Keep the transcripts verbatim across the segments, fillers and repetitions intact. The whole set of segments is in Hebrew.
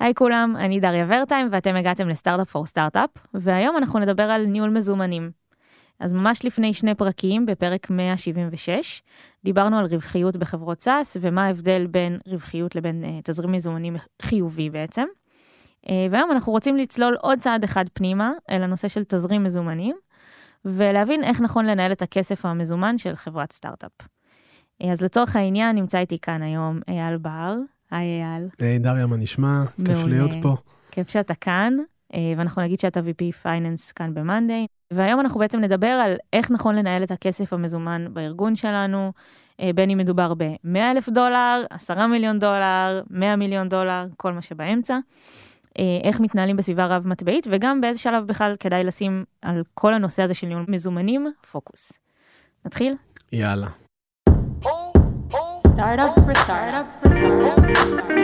היי כולם, אני דריה ורטיים ואתם הגעתם לסטארט-אפ פור סטארט-אפ, והיום אנחנו נדבר על ניהול מזומנים. אז ממש לפני שני פרקים, בפרק מאה שבעים ושש, דיברנו על רווחיות בחברות סאס, ומה ההבדל בין רווחיות לבין uh, תזרים מזומנים חיובי בעצם. Uh, והיום אנחנו רוצים לצלול עוד צעד אחד פנימה, אל הנושא של תזרים מזומנים, ולהבין איך נכון לנהל את הכסף המזומן של חברת סטארט-אפ. Uh, אז לצורך העניין נמצא איתי כאן היום אייל בר. היי אייל. היי דריה, מה נשמע? כיף להיות פה. כיף שאתה כאן, ואנחנו נגיד שאתה וי פי פייננס כאן במאנדיי, והיום אנחנו בעצם נדבר על איך נכון לנהל את הכסף המזומן בארגון שלנו, בין אם מדובר ב-מאה אלף דולר, עשרה מיליון דולר, מאה מיליון דולר, כל מה שבאמצע, איך מתנהלים בסביבה רב מטבעית, וגם באיזה שלב בכלל כדאי לשים על כל הנושא הזה של ניהול מזומנים, פוקוס. נתחיל? יאללה. Startup for startup for startup for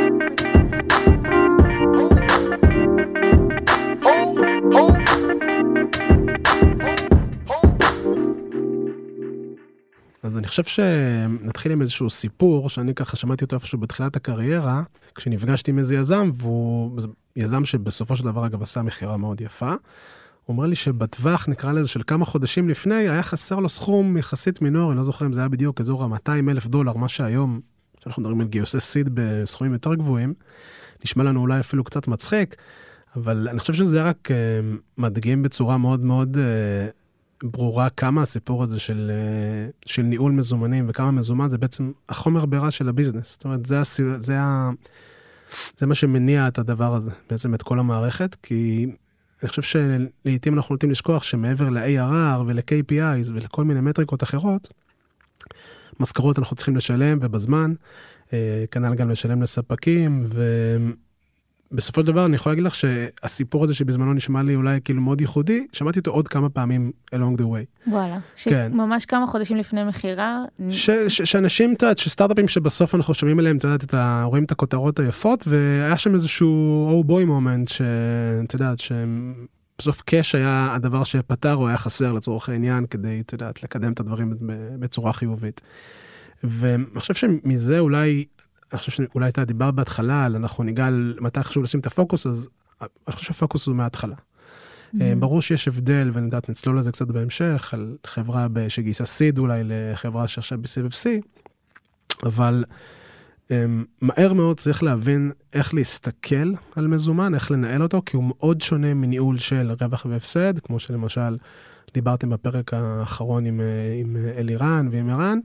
אז אני חושב שנתחיל עם איזשהו סיפור, שאני ככה שמעתי אותו איפשהו בתחילת הקריירה, כשנפגשתי עם איזה יזם, והוא יזם שבסופו של דבר אגב עשה מחירה מאוד יפה, הוא אומר לי שבטווח, נקרא לזה של כמה חודשים לפני, היה חסר לו סכום יחסית מינורי, לא זוכר אם זה היה בדיוק אזור ה-מאתיים אלף דולר, מה שהיום, שאנחנו מדברים על גיוסי סיד בסכומים יותר גבוהים, נשמע לנו אולי אפילו קצת מצחיק, אבל אני חושב שזה רק uh, מדגים בצורה מאוד מאוד uh, ברורה כמה הסיפור הזה של, uh, של ניהול מזומנים וכמה מזומן, זה בעצם החומר בעירה של הביזנס. זאת אומרת, זה, הסיוע, זה, ה, זה מה שמניע את הדבר הזה, בעצם את כל המערכת, כי אני חושב שלעיתים אנחנו נוטים לשכוח שמעבר ל-איי אר אר ול-קיי פי איז ולכל מיני מטריקות אחרות, משכורות אנחנו צריכים לשלם ובזמן, כנ"ל גם לשלם לספקים, ובסופו של דבר אני יכול להגיד לך שהסיפור הזה שבזמנו נשמע לי אולי כאילו מאוד ייחודי, שמעתי אותו עוד כמה פעמים along the way. וואלה, שממש כמה חודשים לפני מחירה. שאנשים, אתה יודעת, שסטארט-אפים שבסוף אנחנו שומעים עליהם, אתה יודעת, רואים את הכותרות היפות, והיה שם איזשהו oh boy moment, שאתה יודעת, שבסוף קש היה הדבר שפתר או היה חסר לצורך העניין, כדי, אתה יודעת, לקדם את הדברים בצורה חיובית. ואני חושב שמזה אולי, אני חושב שאולי אתה דיבר בהתחלה, אנחנו ניגע על מתי חשוב לשים את הפוקוס, אז אני חושב שהפוקוס הוא מההתחלה. Mm-hmm. ברור שיש הבדל, ואני יודעת, נצלול לזה קצת בהמשך, על חברה שגייסה סיד אולי לחברה שעכשיו בסבב C, אבל מהר מאוד צריך להבין איך להסתכל על מזומן, איך לנהל אותו, כי הוא מאוד שונה מניהול של רווח והפסד, כמו שלמשל דיברתם בפרק האחרון עם, עם אלירן ועם ערן,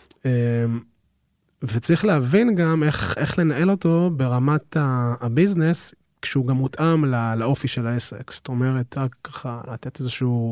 וצריך להבין גם איך, איך לנהל אותו ברמת הביזנס, כשהוא גם מותאם לא, לאופי של העסק. זאת אומרת, רק ככה לתת איזשהו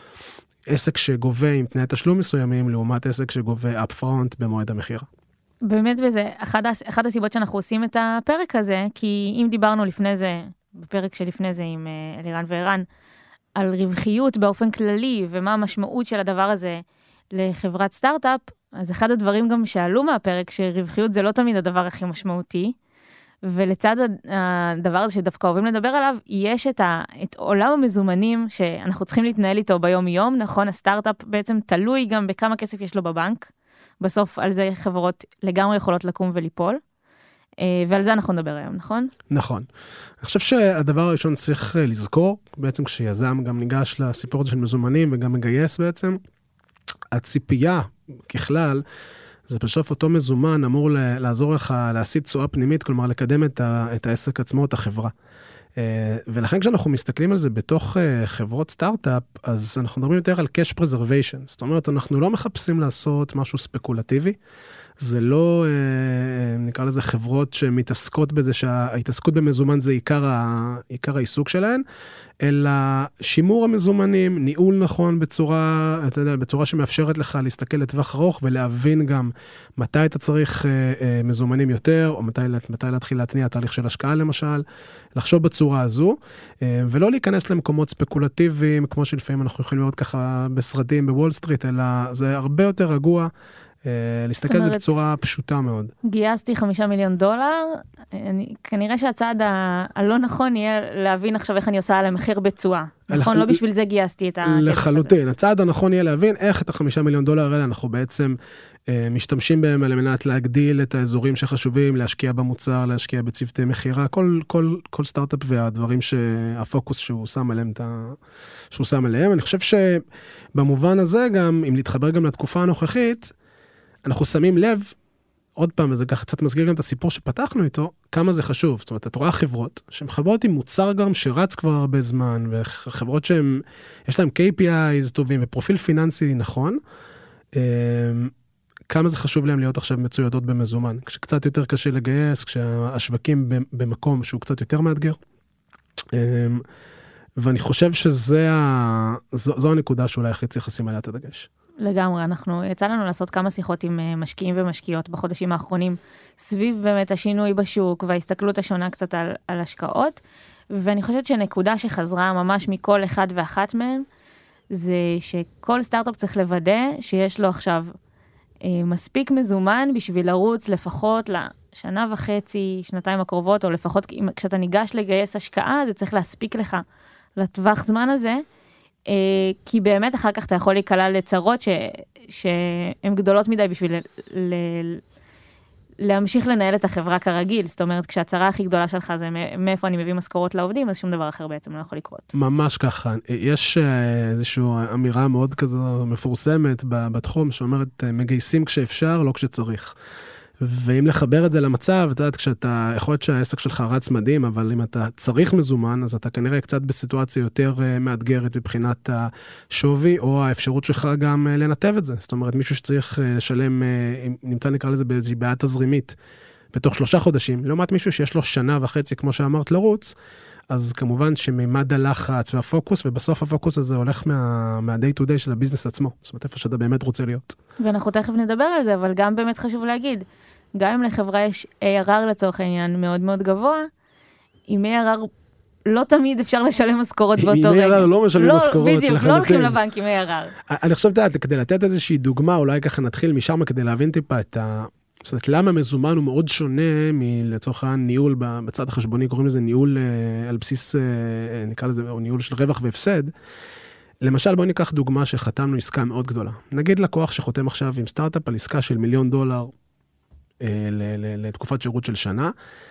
עסק שגובה עם תנאי תשלום מסוימים, לעומת עסק שגובה upfront במועד המחיר. באמת, וזה אחת, אחת הסיבות שאנחנו עושים את הפרק הזה, כי אם דיברנו לפני זה, בפרק שלפני זה עם אלירן וערן, על רווחיות באופן כללי, ומה המשמעות של הדבר הזה לחברת סטארט-אפ, אז אחד הדברים גם שעלו מהפרק, שרווחיות זה לא תמיד הדבר הכי משמעותי, ולצד הדבר הזה שדווקא אוהבים לדבר עליו, יש את, ה, את עולם המזומנים שאנחנו צריכים להתנהל איתו ביום יום, נכון? הסטארט-אפ בעצם תלוי גם בכמה כסף יש לו בבנק, בסוף על זה חברות לגמרי יכולות לקום וליפול, ועל זה אנחנו נדבר היום, נכון? נכון. אני חושב שהדבר הראשון צריך לזכור, בעצם כשיזם גם ניגש לסיפור הזה של מזומנים וגם מגייס בעצם, הציפייה ככלל, זה בסוף אותו מזומן אמור לעזור לך להשיג תשואה פנימית, כלומר לקדם את, ה, את העסק עצמו, את החברה. ולכן כשאנחנו מסתכלים על זה בתוך חברות סטארט-אפ, אז אנחנו מדברים יותר על cash preservation. זאת אומרת, אנחנו לא מחפשים לעשות משהו ספקולטיבי, זה לא, נקרא לזה חברות שמתעסקות בזה, שההתעסקות במזומן זה עיקר, ה, עיקר העיסוק שלהן, אלא שימור המזומנים, ניהול נכון בצורה, אתה יודע, בצורה שמאפשרת לך להסתכל לטווח ארוך, ולהבין גם מתי אתה צריך מזומנים יותר, או מתי, מתי להתחיל להתניע תהליך של השקעה למשל, לחשוב בצורה הזו, ולא להיכנס למקומות ספקולטיביים, כמו שלפעמים אנחנו יכולים לראות ככה בסרטים בוול סטריט, אלא זה הרבה יותר רגוע, להסתכל על זה בצורה פשוטה מאוד. גייסתי חמישה מיליון דולר, אני, כנראה שהצעד ה- הלא נכון יהיה להבין עכשיו איך אני עושה על המחיר בצועה. נכון? לא בשביל זה גייסתי את ה... לחלוטין. הצעד הנכון יהיה להבין איך את החמישה מיליון דולר האלה אנחנו בעצם משתמשים בהם על מנת להגדיל את האזורים שחשובים, להשקיע במוצר, להשקיע בצוותי מחירה, כל, כל, כל סטארט-אפ והדברים שהפוקוס שהוא שם עליהם, שהוא שם עליהם. אני חושב שבמובן הזה גם, אם להתחבר גם לתקופה הנוכחית, אנחנו שמים לב, עוד פעם, וזה ככה קצת מסגיר גם את הסיפור שפתחנו איתו, כמה זה חשוב. זאת אומרת, את רואה חברות, שהן חברות עם מוצר גם שרץ כבר הרבה זמן, וחברות שהן, יש להן K P Is טובים, ופרופיל פיננסי נכון, כמה זה חשוב להם להיות עכשיו מצוידות במזומן, כשקצת יותר קשה לגייס, כשהשווקים במקום שהוא קצת יותר מאתגר. ואני חושב שזה ה... זו, זו הנקודה שאולי הכי צריך לשים עליה את הדגש. לגמרי, אנחנו, יצא לנו לעשות כמה שיחות עם משקיעים ומשקיעות בחודשים האחרונים, סביב באמת השינוי בשוק, וההסתכלות השונה קצת על, על השקעות, ואני חושבת שנקודה שחזרה ממש מכל אחד ואחת מהם, זה שכל סטארט-אפ צריך לוודא שיש לו עכשיו אה, מספיק מזומן בשביל לרוץ לפחות לשנה וחצי, שנתיים הקרובות, או לפחות כשאתה ניגש לגייס השקעה, זה צריך להספיק לך לטווח זמן הזה, אה, כי באמת אחר כך אתה יכול להיקלע לצרות ש, שהן גדולות מדי בשביל ל, ל, להמשיך לנהל את החברה כרגיל. זאת אומרת, כשהצרה הכי גדולה שלך זה מאיפה אני מביא משכורות לעובדים, אז שום דבר אחר בעצם לא יכול לקרות. ממש ככה. יש איזושהי אמירה מאוד כזו מפורסמת בתחום, שאומרת, מגייסים כשאפשר, לא כשצריך. ואם לחבר את זה למצב, אתה יודעת, כשאתה, יכול להיות שהעסק שלך רץ מדהים, אבל אם אתה צריך מזומן, אז אתה כנראה קצת בסיטואציה יותר מאתגרת מבחינת השווי, או האפשרות שלך גם לנתב את זה. זאת אומרת, מישהו שצריך לשלם, נמצא נקרא לזה באיזושהי בעיה תזרימית, בתוך שלושה חודשים, לעומת מישהו שיש לו שנה וחצי, כמו שאמרת, לרוץ, אז כמובן שמימד הלחץ והפוקוס, ובסוף הפוקוס הזה הולך מה, מה-day to day של הביזנס עצמו. זאת אומרת, איפה שאתה באמת רוצה להיות. ואנחנו תכף נדבר על זה, אבל גם באמת חשוב להגיד, גם אם לחברה יש A R R לצורך העניין מאוד מאוד גבוה, עם A R R לא תמיד אפשר לשלם משכורות באותו רגע. עם A R R לא משלמים משכורות. בדיוק, לא הולכים לבנק עם A R R. אני חושב, כדי לתת איזושהי דוגמה, אולי ככה נתחיל משם כדי להבין טיפה את ה... זאת אומרת, למה מזומן הוא מאוד שונה מלצורך הניהול בצד החשבוני, קוראים לזה ניהול על בסיס, נקרא לזה, או ניהול של רווח והפסד. למשל, בואו ניקח דוגמה שחתמנו עסקה מאוד גדולה. נגיד לקוח שחותם עכשיו עם סטארט-אפ על עסקה של מיליון דולר לתקופת שירות של שנה.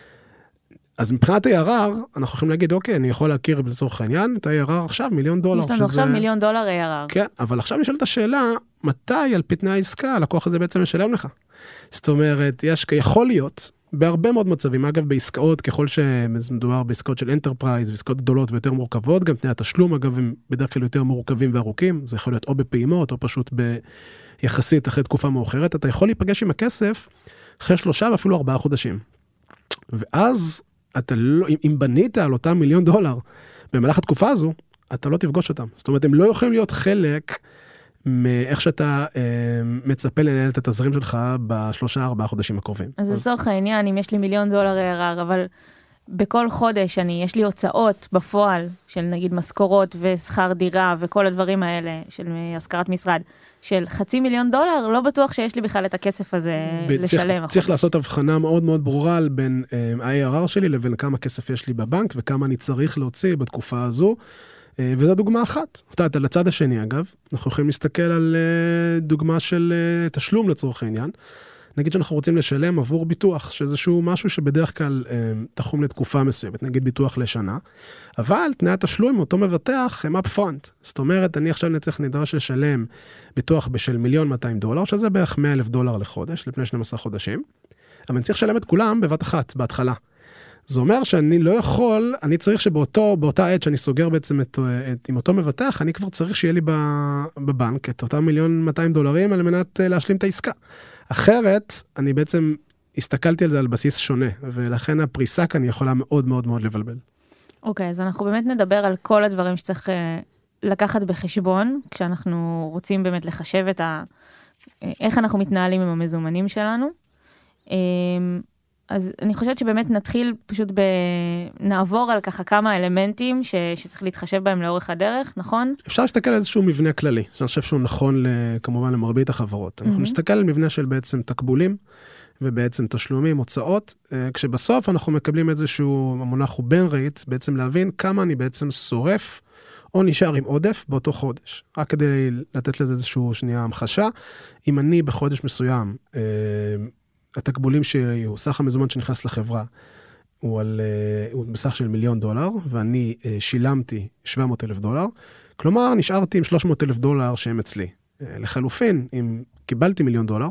אז מבחינת A R R, אנחנו יכולים להגיד, אוקיי, אני יכול להכיר לצורך העניין, את ה-A R R עכשיו מיליון דולר. יש לנו עכשיו מיליון דולר A R R. כן, אבל עכשיו נשאלת השאלה, מתי על פי תנאי העסקה הלקוח הזה בעצם משלם לך? זאת אומרת, יש, יכול להיות, בהרבה מאוד מצבים, אגב, בעסקאות, ככל שמדובר בעסקאות של אנטרפרייז, ועסקאות גדולות ויותר מורכבות, גם תנאי התשלום, אגב, הם בדרך כלל יותר מורכבים וארוכים, זה יכול להיות או בפעימות, או פשוט ביחסית אחרי תקופה מאוחרת, אתה יכול להיפגש עם הכסף אחרי שלושה ואפילו ארבעה חודשים. ואז, אתה לא, אם בנית על אותם מיליון דולר, במהלך התקופה הזו, אתה לא תפגוש אותם. זאת אומרת, הם לא יכולים להיות חלק מאיך שאתה אה, מצפה לנהל את התזרים שלך בשלושה, ארבעה חודשים הקרובים. אז לצורך העניין, אם יש לי מיליון דולר A R R, אבל בכל חודש אני, יש לי הוצאות בפועל של נגיד משכורות ושכר דירה וכל הדברים האלה של השכרת משרד, של חצי מיליון דולר, לא בטוח שיש לי בכלל את הכסף הזה לשלם. צריך, צריך לעשות הבחנה מאוד מאוד ברורה על בין ה-A R R שלי לבין כמה כסף יש לי בבנק וכמה אני צריך להוציא בתקופה הזו. וזו דוגמה אחת. אתה, לצד השני, אגב, אנחנו יכולים להסתכל על דוגמה של תשלום לצורך העניין. נגיד שאנחנו רוצים לשלם עבור ביטוח, שאיזשהו משהו שבדרך כלל תחום לתקופה מסוימת, נגיד ביטוח לשנה, אבל תנאי התשלום אותו מבטח הם up front. זאת אומרת, אני עכשיו נצטרך נדרש לשלם ביטוח בשל מיליון מאתיים דולר, שזה בערך מאה אלף דולר לחודש, לפני שנים עשר חודשים, אבל אני צריך לשלם את כולם בבת אחת, בהתחלה. זה אומר שאני לא יכול, אני צריך שבאותו, באותה עת שאני סוגר בעצם את, את, עם אותו מבטח, אני כבר צריך שיהיה לי בבנק את אותם מיליון מאתיים דולרים על מנת להשלים את העסקה. אחרת, אני בעצם הסתכלתי על זה על בסיס שונה, ולכן הפריסה כאן יכולה מאוד מאוד מאוד לבלבל. אוקיי, אז אנחנו באמת נדבר על כל הדברים שצריך לקחת בחשבון, כשאנחנו רוצים באמת לחשב את ה... איך אנחנו מתנהלים עם המזומנים שלנו. אז אני חושבת שבאמת נתחיל פשוט ב... נעבור על ככה כמה אלמנטים ש... שצריך להתחשב בהם לאורך הדרך, נכון? אפשר להסתכל על איזשהו מבנה כללי, שאני חושב שהוא נכון כמובן למרבית החברות. אנחנו נסתכל על מבנה של בעצם תקבולים, ובעצם תשלומים, הוצאות, כשבסוף אנחנו מקבלים איזשהו, המונח הוא בן רייט, בעצם להבין כמה אני בעצם שורף, או נשאר עם עודף באותו חודש. רק כדי לתת לזה איזשהו שנייה המחשה, אם אני בחודש מסוים, אה, התקבולים שלי, או סך המזומן שנכנס לחברה, הוא, על, אה, הוא בסך של מיליון דולר, ואני אה, שילמתי שבע מאות אלף דולר, כלומר, נשארתי עם שלוש מאות אלף דולר שהם אצלי. אה, לחלופין, אם קיבלתי מיליון דולר,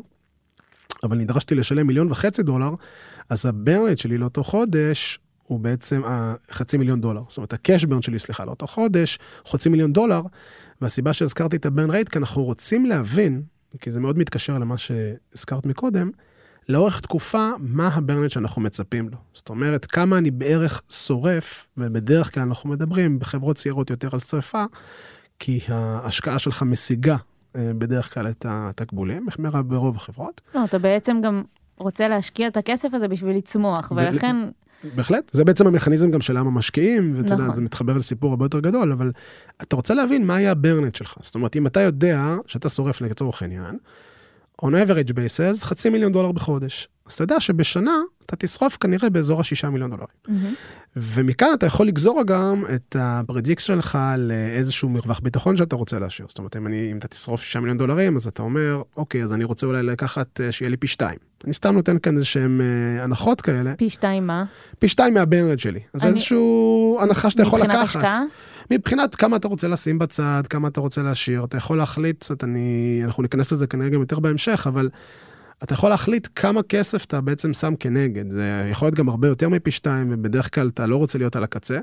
אבל נדרשתי לשלם מיליון וחצי דולר, אז הברנט שלי לאותו חודש, הוא בעצם חצי מיליון דולר. זאת אומרת, הקש ברן שלי, סליחה, לאותו חודש, חצי מיליון דולר, והסיבה שהזכרתי את הברן רייט, כי אנחנו רוצים להבין, כי זה מאוד מתקשר למה שהזכרת מקודם, לאורך תקופה, מה הברנט שאנחנו מצפים לו. זאת אומרת, כמה אני בערך שורף, ובדרך כלל אנחנו מדברים בחברות צעירות יותר על שריפה, כי ההשקעה שלך משיגה בדרך כלל את התקבולים, ברוב החברות. לא, אתה בעצם גם רוצה להשקיע את הכסף הזה בשביל לצמוח, ולכן... בהחלט, זה בעצם המכניזם גם של למה משקיעים, וזה מתחבר לסיפור הרבה יותר גדול, אבל אתה רוצה להבין מה היה הברנט שלך. זאת אומרת, אם אתה יודע שאתה שורף לצורך העניין, on average basis, חצי מיליון דולר בחודש. אז אתה יודע שבשנה אתה תשרוף כנראה באזור השישה מיליון דולרים. Mm-hmm. ומכאן אתה יכול לגזור גם את הפרדיקס שלך לאיזשהו מרווח ביטחון שאתה רוצה להשאיר. זאת אומרת, אם, אני, אם אתה תשרוף שישה מיליון דולרים, אז אתה אומר, אוקיי, אז אני רוצה אולי לקחת שיהיה לי פי שתיים. אני סתם נותן כאן איזשהם הנחות כאלה. פי שתיים מה? פי שתיים מהברנט שלי. אז אני... איזשהו הנחה שאתה יכול לקחת. מבחינת השקעה? מבחינת כמה אתה רוצה לשים בצד, כמה אתה רוצה להשאיר, אתה יכול להחליט, זאת אומרת, אני, אנחנו ניכנס לזה כנראה גם יותר בהמשך, אבל אתה יכול להחליט כמה כסף אתה בעצם שם כנגד. זה יכול להיות גם הרבה יותר מפי שתיים, ובדרך כלל אתה לא רוצה להיות על הקצה.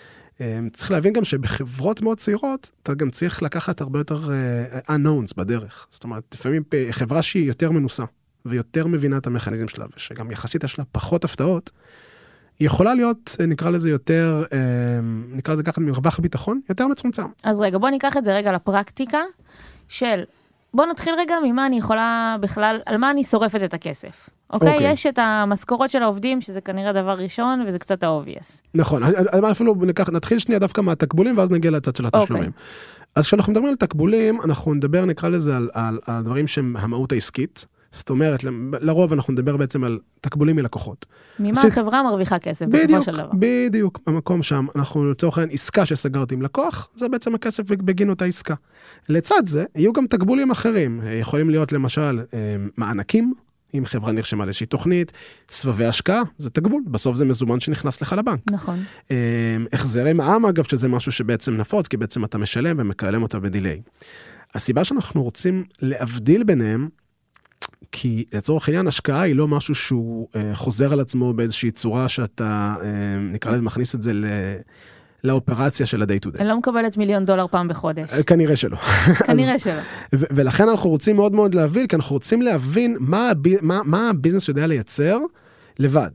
צריך להבין גם שבחברות מאוד צעירות, אתה גם צריך לקחת הרבה יותר unknowns בדרך. זאת אומרת, לפעמים חברה שהיא יותר מנוסה, ויותר מבינה את המכניזם שלה, ושגם יחסית יש לה פחות הפתעות, היא יכולה להיות, נקרא לזה יותר, נקרא לזה ככה מרווח ביטחון, יותר מצומצם. אז רגע, בוא ניקח את זה רגע לפרקטיקה של, בוא נתחיל רגע ממה אני יכולה בכלל, על מה אני שורפת את הכסף. אוקיי? אוקיי. יש את המשכורות של העובדים, שזה כנראה דבר ראשון, וזה קצת ה-obvious. נכון, אפילו ניקח, נתחיל שנייה דווקא מהתקבולים, ואז נגיע לצד של התשלומים. אוקיי. אז כשאנחנו מדברים על תקבולים, אנחנו נדבר, נקרא לזה, על, על, על דברים שהם המהות העסקית. זאת אומרת, לרוב אנחנו נדבר בעצם על תקבולים מלקוחות. ממה החברה מרוויחה כסף בסופו של דבר. בדיוק, במקום שם, אנחנו לצורך העניין עסקה שסגרתי עם לקוח, זה בעצם הכסף בגין אותה עסקה. לצד זה, יהיו גם תקבולים אחרים. יכולים להיות למשל מענקים, אם חברה נרשמה לאיזושהי תוכנית, סבבי השקעה, זה תגבול. בסוף זה מזומן שנכנס לך לבנק. נכון. החזרי מע"מ, אגב, שזה משהו שבעצם נפוץ, כי בעצם אתה משלם ומקלם אותה בדיליי. הסיבה שאנחנו רוצים להבדיל ביניהם, כי לצורך העניין, השקעה היא לא משהו שהוא אה, חוזר על עצמו באיזושהי צורה שאתה, אה, נקרא לזה, מכניס את זה ל, לאופרציה של ה-day to day. אני לא מקבלת מיליון דולר פעם בחודש. אה, כנראה שלא. כנראה שלא. ו- ולכן אנחנו רוצים מאוד מאוד להבין, כי אנחנו רוצים להבין מה, מה, מה הביזנס יודע לייצר לבד.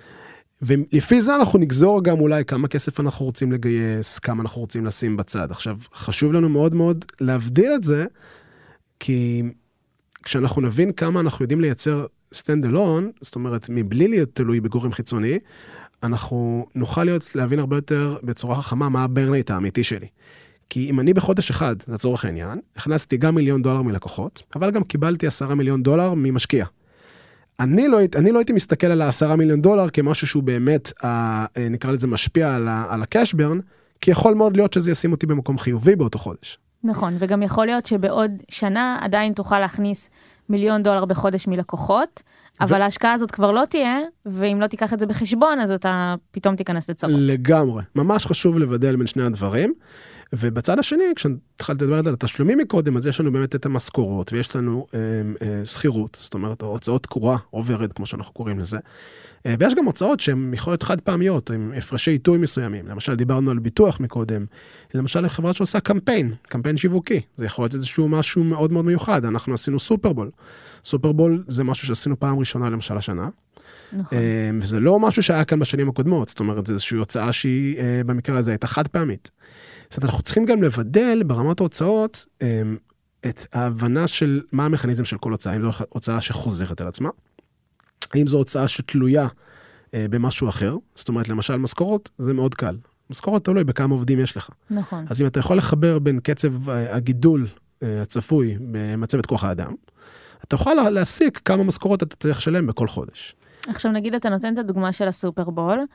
ולפי זה אנחנו נגזור גם אולי כמה כסף אנחנו רוצים לגייס, כמה אנחנו רוצים לשים בצד. עכשיו, חשוב לנו מאוד מאוד להבדיל את זה, כי כשאנחנו נבין כמה אנחנו יודעים לייצר stand alone, זאת אומרת, מבלי להיות תלוי בגורם חיצוני, אנחנו נוכל להיות, להבין הרבה יותר בצורה חכמה מה הברנט האמיתי שלי. כי אם אני בחודש אחד, לצורך העניין, הכנסתי גם מיליון דולר מלקוחות, אבל גם קיבלתי עשרה מיליון דולר ממשקיע. אני לא, אני לא הייתי מסתכל על העשרה מיליון דולר כמשהו שהוא באמת, נקרא לזה משפיע על ה-cash burn, כי יכול מאוד להיות שזה ישים אותי במקום חיובי באותו חודש. נכון, וגם יכול להיות שבעוד שנה עדיין תוכל להכניס מיליון דולר בחודש מלקוחות, אבל ההשקעה הזאת כבר לא תהיה, ואם לא תיקח את זה בחשבון, אז אתה פתאום תיכנס לצרות. לגמרי. ממש חשוב לבדל בין שני הדברים. ובצד השני, כשהתחלתי לדבר על התשלומים מקודם, אז יש לנו באמת את המשכורות, ויש לנו אה, אה, שכירות, זאת אומרת, הוצאות קורה, overhead, כמו שאנחנו קוראים לזה. אה, ויש גם הוצאות שהן יכול להיות חד פעמיות, עם הפרשי עיתוי מסוימים. למשל, דיברנו על ביטוח מקודם. למשל, לחברה שעושה קמפיין, קמפיין שיווקי. זה יכול להיות איזשהו משהו מאוד מאוד מיוחד. אנחנו עשינו סופרבול. סופרבול זה משהו שעשינו פעם ראשונה, למשל, השנה. נכון. אה, וזה לא משהו שהיה כאן בשנים הקודמות. זאת אומרת, זה איזושהי הוצאה שהיא, אה, במקרה הזה, הייתה חד פעמית. זאת אומרת, אנחנו צריכים גם לבדל ברמת ההוצאות את ההבנה של מה המכניזם של כל הוצאה, אם זו הוצאה שחוזרת על עצמה, האם זו הוצאה שתלויה במשהו אחר, זאת אומרת, למשל משכורות, זה מאוד קל. משכורות תלוי בכמה עובדים יש לך. נכון. אז אם אתה יכול לחבר בין קצב הגידול הצפוי במצבת כוח האדם, אתה יכול להסיק כמה משכורות אתה צריך לשלם בכל חודש. עכשיו נגיד, אתה נותן את הדוגמה של הסופרבול,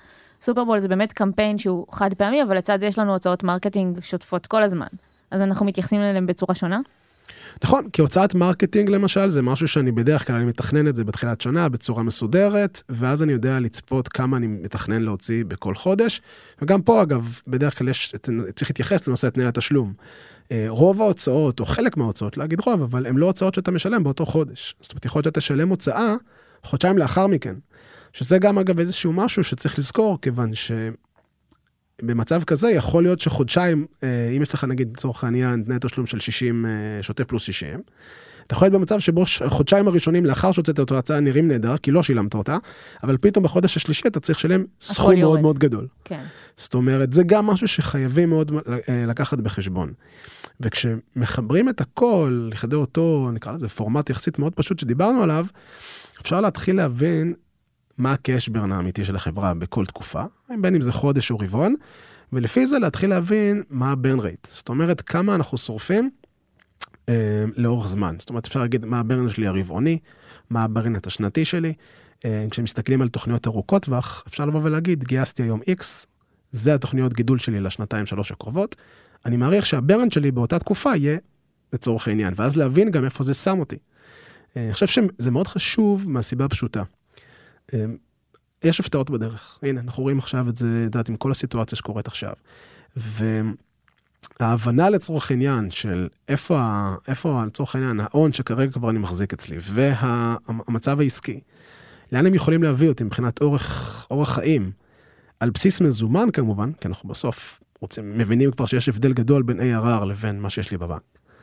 סופרבול זה באמת קמפיין שהוא חד פעמי, אבל לצד זה יש לנו הוצאות מרקטינג שוטפות כל הזמן. אז אנחנו מתייחסים אליהם בצורה שונה? נכון, כי הוצאת מרקטינג למשל, זה משהו שאני בדרך כלל, אני מתכנן את זה בתחילת שנה, בצורה מסודרת, ואז אני יודע לצפות כמה אני מתכנן להוציא בכל חודש, וגם פה אגב, בדרך כלל יש, צריך להתייחס לנושא תנאי התשלום. רוב ההוצאות, או חלק מההוצאות, להגיד רוב, אבל הם לא הוצאות שאתה משלם באותו חודש. זאת אומרת, יכול להיות שאתה תשלם הוצאה חודשיים לאחר מכן, שזה גם אגב איזשהו משהו שצריך לזכור, כיוון שבמצב כזה יכול להיות שחודשיים, אם יש לך נגיד לצורך העניין תנאי תשלום של שישים, שוטף פלוס שישים, אתה יכול להיות במצב שבו חודשיים הראשונים לאחר שהוצאת אותו הצעה נראים נהדר, כי לא שילמת אותה, אבל פתאום בחודש השלישי אתה צריך לשלם סכום מאוד מאוד גדול. כן. זאת אומרת, זה גם משהו שחייבים מאוד לקחת בחשבון. וכשמחברים את הכל, לכדי אותו, נקרא לזה, פורמט יחסית מאוד פשוט שדיברנו עליו, אפשר להתחיל להבין מה הקשברן האמיתי של החברה בכל תקופה, בין אם זה חודש או רבעון, ולפי זה להתחיל להבין מה הברן רייט. זאת אומרת, כמה אנחנו שורפים אה, לאורך זמן. זאת אומרת, אפשר להגיד מה הברן שלי הרבעוני, מה הברן השנתי שלי. אה, כשמסתכלים על תוכניות ארוכות טווח, אפשר לבוא ולהגיד, גייסתי היום X, זה התוכניות גידול שלי לשנתיים שלוש הקרובות, אני מעריך שהברן שלי באותה תקופה יהיה לצורך העניין, ואז להבין גם איפה זה שם אותי. אני חושב שזה מאוד חשוב מהסיבה הפשוטה. יש הפתעות בדרך. הנה, אנחנו רואים עכשיו את זה, דעת, עם כל הסיטואציה שקורית עכשיו. וההבנה לצורך העניין של איפה, איפה לצורך העניין, ההון שכרגע כבר אני מחזיק אצלי, והמצב העסקי, לאן הם יכולים להביא אותי מבחינת אורך, אורך חיים, על בסיס מזומן כמובן, כי אנחנו בסוף רוצים, מבינים כבר שיש הבדל גדול בין איי אר אר לבין מה שיש לי בבנק.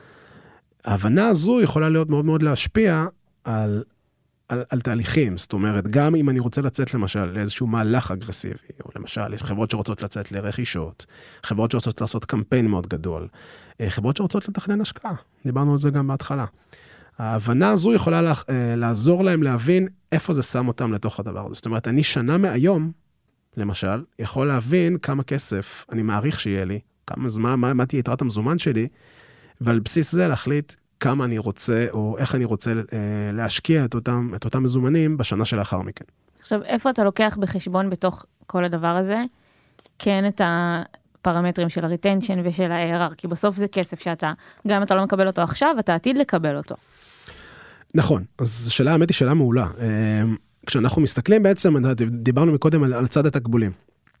ההבנה הזו יכולה להיות מאוד מאוד להשפיע על, על, על תהליכים. זאת אומרת, גם אם אני רוצה לצאת למשל לאיזשהו מהלך אגרסיבי, או למשל, יש חברות שרוצות לצאת לרכישות, חברות שרוצות לעשות קמפיין מאוד גדול, חברות שרוצות לתכנן השקעה. דיברנו על זה גם בהתחלה. ההבנה הזו יכולה לה, לעזור להם להבין איפה זה שם אותם לתוך הדבר הזה. זאת אומרת, אני שנה מהיום, למשל, יכול להבין כמה כסף אני מעריך שיהיה לי, כמה, מה, מה, מה תהיה יתרת המזומן שלי, ועל בסיס זה להחליט כמה אני רוצה, או איך אני רוצה אה, להשקיע את אותם, את אותם מזומנים בשנה שלאחר מכן. עכשיו, איפה אתה לוקח בחשבון בתוך כל הדבר הזה, כן את הפרמטרים של הריטנשן ושל ה-איי אר אר, כי בסוף זה כסף שאתה, גם אם אתה לא מקבל אותו עכשיו, אתה עתיד לקבל אותו. נכון, אז שאלה, האמת היא שאלה מעולה. אה, כשאנחנו מסתכלים בעצם, דיברנו מקודם על, על צד התקבולים,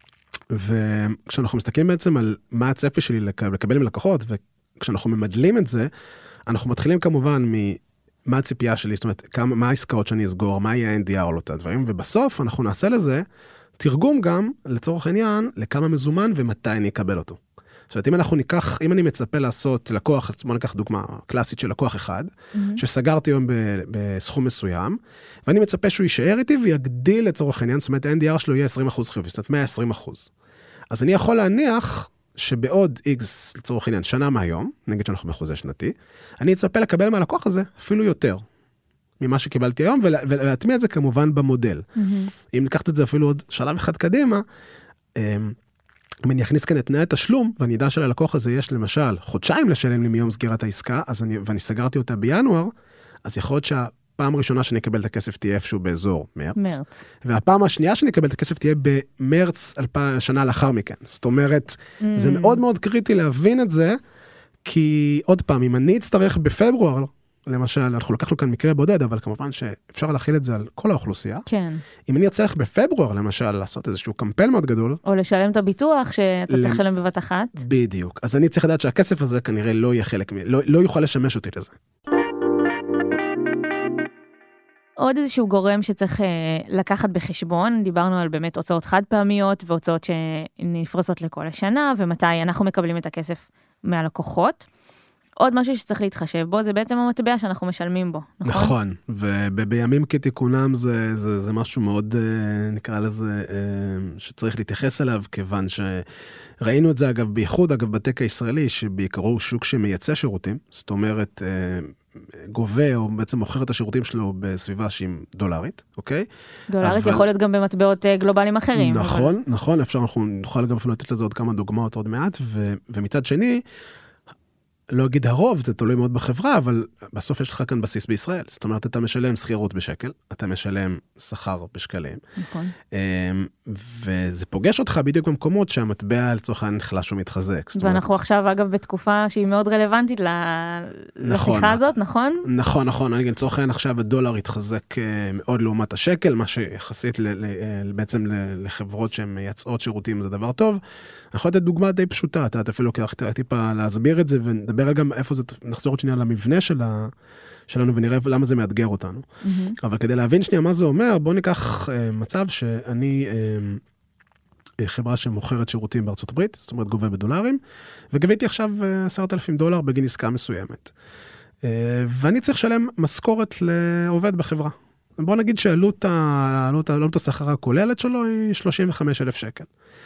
וכשאנחנו מסתכלים בעצם על מה הצפי שלי לקבל עם לקוחות, וכשאנחנו ממדלים את זה, אנחנו מתחילים כמובן ממה הציפייה שלי, זאת אומרת, כמה, מה העסקאות שאני אסגור, מה יהיה ה-אן די אר או לא דברים, ובסוף אנחנו נעשה לזה תרגום גם, לצורך העניין, לכמה מזומן ומתי אני אקבל אותו. זאת אומרת, אם אנחנו ניקח, אם אני מצפה לעשות לקוח, בוא ניקח דוגמה קלאסית של לקוח אחד, mm-hmm. שסגרתי היום ב, בסכום מסוים, ואני מצפה שהוא יישאר איתי ויגדיל לצורך העניין, זאת אומרת, ה-אן די אר שלו יהיה עשרים אחוז חיובי, זאת אומרת, מאה ועשרים אחוז. אז אני יכול להניח שבעוד X, לצורך העניין, שנה מהיום, נגיד שאנחנו בחוזה שנתי, אני אצפה לקבל מהלקוח הזה אפילו יותר ממה שקיבלתי היום, ולהטמיע את זה כמובן במודל. Mm-hmm. אם ניקח את זה אפילו עוד שלב אחד קדימה, אם אני אכניס כאן את תנאי התשלום, ואני יודע שללקוח הזה יש למשל חודשיים לשלם לי מיום סגירת העסקה, אז אני, ואני סגרתי אותה בינואר, אז יכול להיות שהפעם הראשונה שאני אקבל את הכסף תהיה איפשהו באזור מרץ. מרץ. והפעם השנייה שאני אקבל את הכסף תהיה במרץ אלפיים שנה לאחר מכן. זאת אומרת, mm. זה מאוד מאוד קריטי להבין את זה, כי עוד פעם, אם אני אצטרך בפברואר, למשל, אנחנו לקחנו כאן מקרה בודד, אבל כמובן שאפשר להכיל את זה על כל האוכלוסייה. כן. אם אני אצטרך בפברואר, למשל, לעשות איזשהו קמפיין מאוד גדול. או לשלם את הביטוח שאתה צריך לשלם בבת אחת. בדיוק. אז אני צריך לדעת שהכסף הזה כנראה לא יהיה חלק, לא, לא יוכל לשמש אותי לזה. עוד איזשהו גורם שצריך לקחת בחשבון, דיברנו על באמת הוצאות חד פעמיות, והוצאות שנפרסות לכל השנה, ומתי אנחנו מקבלים את הכסף מהלקוחות. עוד משהו שצריך להתחשב בו, זה בעצם המטבע שאנחנו משלמים בו, נכון? נכון, ובימים כתיקונם זה, זה, זה משהו מאוד, נקרא לזה, שצריך להתייחס אליו, כיוון שראינו את זה אגב בייחוד, אגב בטק הישראלי, שבעיקרו הוא שוק שמייצא שירותים, זאת אומרת, גובה או בעצם מוכר את השירותים שלו בסביבה שהיא דולרית, אוקיי? דולרית אבל... יכול להיות גם במטבעות גלובליים אחרים. נכון, אבל... נכון, אפשר, אנחנו נוכל גם אפילו לתת לזה עוד כמה דוגמאות עוד מעט, ו, ומצד שני, לא אגיד הרוב, זה תלוי מאוד בחברה, אבל בסוף יש לך כאן בסיס בישראל. זאת אומרת, אתה משלם שכירות בשקל, אתה משלם שכר בשקלים. נכון. וזה פוגש אותך בדיוק במקומות שהמטבע לצורך נחלש ומתחזק. ואנחנו עכשיו, אגב, בתקופה שהיא מאוד רלוונטית לשיחה הזאת, נכון? נכון, נכון. אני לצורך העניין עכשיו הדולר התחזק מאוד לעומת השקל, מה שיחסית בעצם לחברות שהן מייצאות שירותים זה דבר טוב. אני יכול לתת דוגמה די פשוטה, אתה אפילו לוקח טיפה להסביר את זה, ונדבר גם איפה זה, נחזור עוד שנייה למבנה שלה, שלנו, ונראה למה זה מאתגר אותנו. Mm-hmm. אבל כדי להבין שנייה מה זה אומר, בואו ניקח אה, מצב שאני אה, חברה שמוכרת שירותים בארצות הברית, זאת אומרת גובה בדולרים, וגביתי עכשיו עשרת אלפים דולר בגין עסקה מסוימת. אה, ואני צריך לשלם משכורת לעובד בחברה. בואו נגיד שעלות העלות השכר הכוללת שלו היא שלושים וחמישה אלף שקל.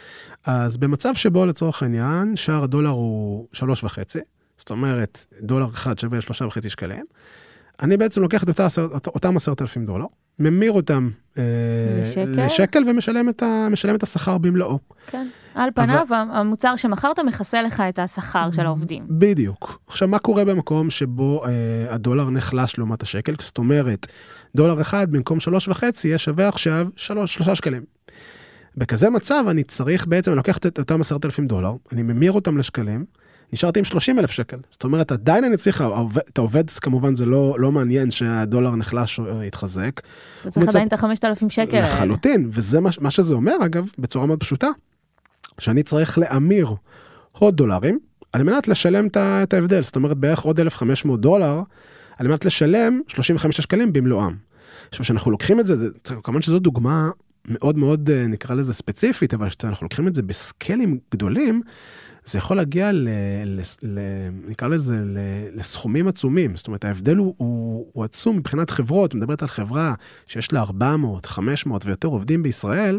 אז במצב שבו לצורך העניין, שער הדולר הוא שלוש וחצי, זאת אומרת, דולר אחד שווה שלושה וחצי שקלים, אני בעצם לוקח את אותה, אותם עשרת אלפים דולר, ממיר אותם לשקל, לשקל ומשלם את, ה, משלם את השכר במלואו. כן. על פניו, אבל... המוצר שמכרת מכסה לך את השכר של העובדים. בדיוק. עכשיו, מה קורה במקום שבו אה, הדולר נחלש לעומת השקל? זאת אומרת, דולר אחד במקום שלוש וחצי, יש שווה עכשיו שלוש, שלושה שקלים. בכזה מצב אני צריך בעצם, אני לוקח את אותם עשרת אלפים דולר, אני ממיר אותם לשקלים, נשארתי עם שלושים אלף שקל. זאת אומרת, עדיין אני צריך, את העובד, כמובן זה לא, לא מעניין שהדולר נחלש או יתחזק. אתה צריך עדיין את ה-חמשת אלפים שקל. לחלוטין, וזה מה, מה שזה אומר, אגב, בצורה מאוד פשוטה, שאני צריך להמיר עוד דולרים, על מנת לשלם את ההבדל. זאת אומרת, בערך עוד אלף וחמש מאות דולר, על מנת לשלם שלושים וחמישה שקלים במלואם. עכשיו, כשאנחנו לוקחים את זה, זה כמובן שזו דוגמה מאוד מאוד, נקרא לזה ספציפית, אבל כשאנחנו לוקחים את זה בסקלים גדולים, זה יכול להגיע ל, ל, ל, נקרא לזה, ל, לסכומים עצומים. זאת אומרת, ההבדל הוא, הוא, הוא עצום מבחינת חברות. מדברת על חברה שיש לה ארבע מאות, חמש מאות ויותר עובדים בישראל,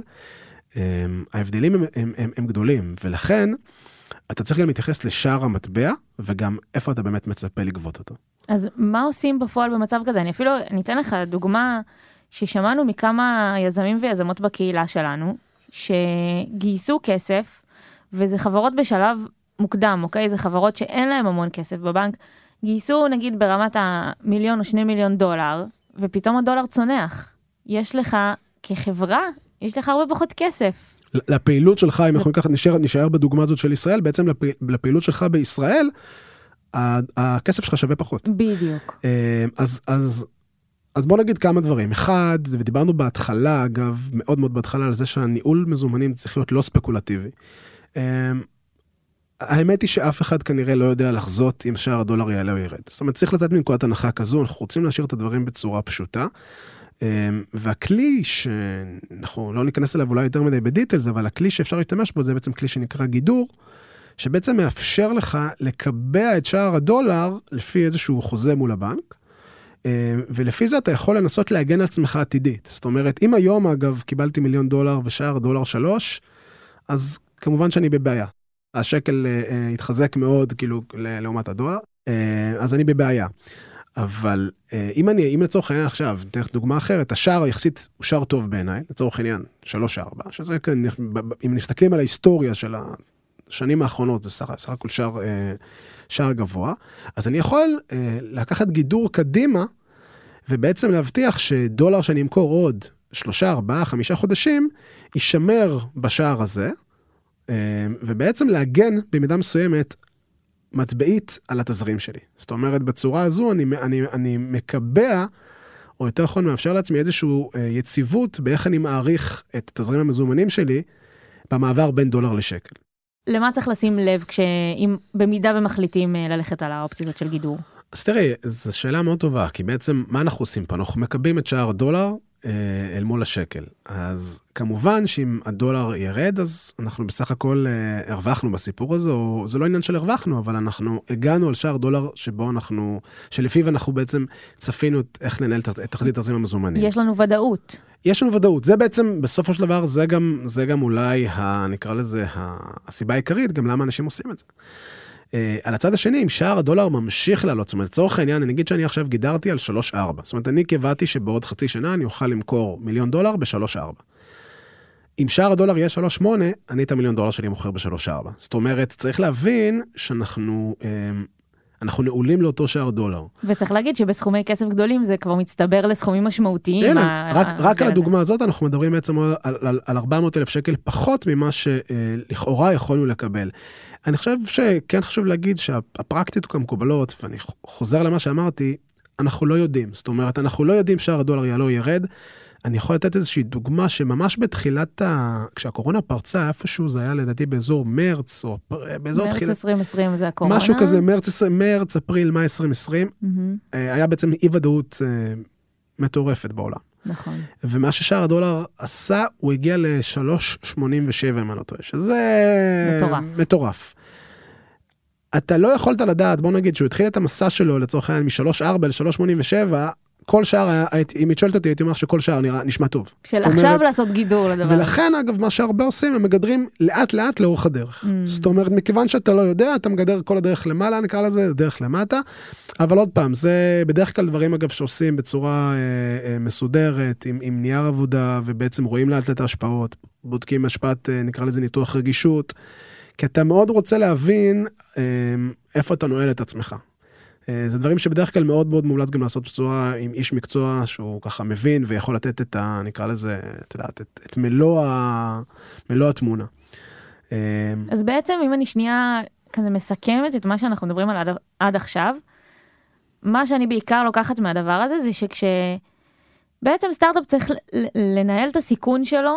ההבדלים הם, הם, הם, הם גדולים. ולכן, אתה צריך גם להתייחס לשער המטבע, וגם איפה אתה באמת מצפה לגבות אותו. אז מה עושים בפועל במצב כזה? אני אפילו, ניתן לך דוגמה ששמענו מכמה יזמים ויזמות בקהילה שלנו, שגייסו כסף, וזה חברות בשלב מוקדם, אוקיי? זה חברות שאין להם המון כסף בבנק, גייסו נגיד ברמת המיליון או שני מיליון דולר, ופתאום הדולר צונח. יש לך כחברה, יש לך הרבה פחות כסף. לפעילות שלך, אם אנחנו נשאר, נשאר בדוגמה הזאת של ישראל, בעצם לפעילות שלך בישראל, הכסף שלך שווה פחות. בדיוק. אז, אז, אז בוא נגיד כמה דברים. אחד, ודיברנו בהתחלה, אגב, מאוד מאוד בהתחלה, על זה שהניהול מזומנים צריך להיות לא ספקולטיבי. האמת היא שאף אחד כנראה לא יודע לחזות אם שער הדולר יעלה או ירד. זאת אומרת, צריך לצאת מנקודת הנחה כזו, אנחנו רוצים להשאיר את הדברים בצורה פשוטה, והכלי שאנחנו לא ניכנס אליו אולי יותר מדי בדיטלס, אבל הכלי שאפשר להשתמש בו זה בעצם כלי שנקרא גידור, שבעצם מאפשר לך לקבע את שער הדולר לפי איזשהו חוזה מול הבנק, ולפי זה אתה יכול לנסות להגן על עצמך עתידית. זאת אומרת, אם היום אגב קיבלתי מיליון דולר ושער דולר שלוש, אז כמובן שאני בבעיה. השקל אה, התחזק מאוד כאילו לעומת הדולר, אה, אז אני בבעיה. אבל אה, אם אני, אם לצורך העניין עכשיו, תלך דוגמה אחרת, השער היחסית הוא שער טוב בעיניי, לצורך העניין שלוש ארבע, שזה כאן, אם נסתכלים על ההיסטוריה של השנים האחרונות, זה סך, סך הכל שער, אה, שער גבוה, אז אני יכול אה, לקחת גידור קדימה, ובעצם להבטיח שדולר שאני אמכור עוד שלושה, ארבעה, חמישה חודשים, יישמר בשער הזה, ובעצם להגן במידה מסוימת מטבעית על התזרים שלי. זאת אומרת, בצורה הזו אני, אני, אני מקבע, או יותר נכון מאפשר לעצמי איזושהי יציבות באיך אני מעריך את תזרים המזומנים שלי, במעבר בין דולר לשקל. למה צריך לשים לב כשאם במידה ומחליטים ללכת על האופציה הזאת של גידור? אז תראי, זו שאלה מאוד טובה, כי בעצם מה אנחנו עושים פה? אנחנו מקבעים את שער הדולר, אל מול השקל. אז כמובן שאם הדולר ירד, אז אנחנו בסך הכל הרווחנו בסיפור הזה, או זה לא עניין של הרווחנו, אבל אנחנו הגענו על שער דולר שבו אנחנו, שלפיו אנחנו בעצם צפינו איך לנהל את תחזית תזרים המזומנים. יש לנו ודאות. יש לנו ודאות. זה בעצם, בסופו של דבר, זה גם, זה גם אולי, ה, נקרא לזה, הסיבה העיקרית, גם למה אנשים עושים את זה. Uh, על הצד השני, אם שער הדולר ממשיך לעלות, זאת אומרת, לצורך העניין, אני אגיד שאני עכשיו גידרתי על שלוש ארבע. זאת אומרת, אני קבעתי שבעוד חצי שנה אני אוכל למכור מיליון דולר ב-שלוש ארבע. אם שער הדולר יהיה שלוש שמונה, אני את המיליון דולר שלי מוכר ב-שלוש ארבע. זאת אומרת, צריך להבין שאנחנו, uh, אנחנו נעולים לאותו שער דולר. וצריך להגיד שבסכומי כסף גדולים זה כבר מצטבר לסכומים משמעותיים. הנה, רק, רק על הדוגמה הזאת אנחנו מדברים בעצם על, על, על ארבע מאות אלף שקל פחות ממה שלכאורה יכולנו לקבל. אני חושב שכן חשוב להגיד שהפרקטיקות המקובלות, ואני חוזר למה שאמרתי, אנחנו לא יודעים. זאת אומרת, אנחנו לא יודעים שער הדולר יעלה או ירד. אני יכול לתת איזושהי דוגמה שממש בתחילת, ה... כשהקורונה פרצה, איפשהו זה היה לדעתי באזור מרץ, או באזור מרץ תחילת... עשרים עשרים זה הקורונה. משהו כזה, מרץ, מרץ, אפריל, מאי עשרים עשרים, mm-hmm. היה בעצם אי ודאות מטורפת בעולם. נכון. ומה ששער הדולר עשה, הוא הגיע ל-שלוש שמונים ושבע, אם אני לא טועה, שזה... מטורף. מטורף. אתה לא יכולת לדעת, בוא נגיד, שהוא התחיל את המסע שלו, לצורך העניין, מ-שלוש ארבע ל-שלוש שמונים ושבע, כל שער, אם התשאלת אותי, הייתי אומר שכל שער נראה, נשמע טוב. של עכשיו לעשות גידור לדבר. ולכן, אגב, מה שהרבה עושים, הם מגדרים לאט לאט לאורך הדרך. Mm. זאת אומרת, מכיוון שאתה לא יודע, אתה מגדר כל הדרך למעלה, נקרא לזה, דרך למטה. אבל עוד פעם, זה בדרך כלל דברים, אגב, שעושים בצורה אה, אה, מסודרת, עם, עם נייר עבודה, ובעצם רואים לאט את ההשפעות, בודקים השפעת, אה, נקרא לזה ניתוח רגישות, כי אתה מאוד רוצה להבין אה, איפה אתה נועל את עצמך. זה דברים שבדרך כלל מאוד מאוד מומלץ גם לעשות בצורה עם איש מקצוע שהוא ככה מבין ויכול לתת את ה... נקרא לזה, את יודעת, את, את מלוא, ה, מלוא התמונה. אז בעצם אם אני שנייה כזה מסכמת את מה שאנחנו מדברים על עד, עד עכשיו, מה שאני בעיקר לוקחת מהדבר הזה זה שכשבעצם סטארט-אפ צריך לנהל את הסיכון שלו,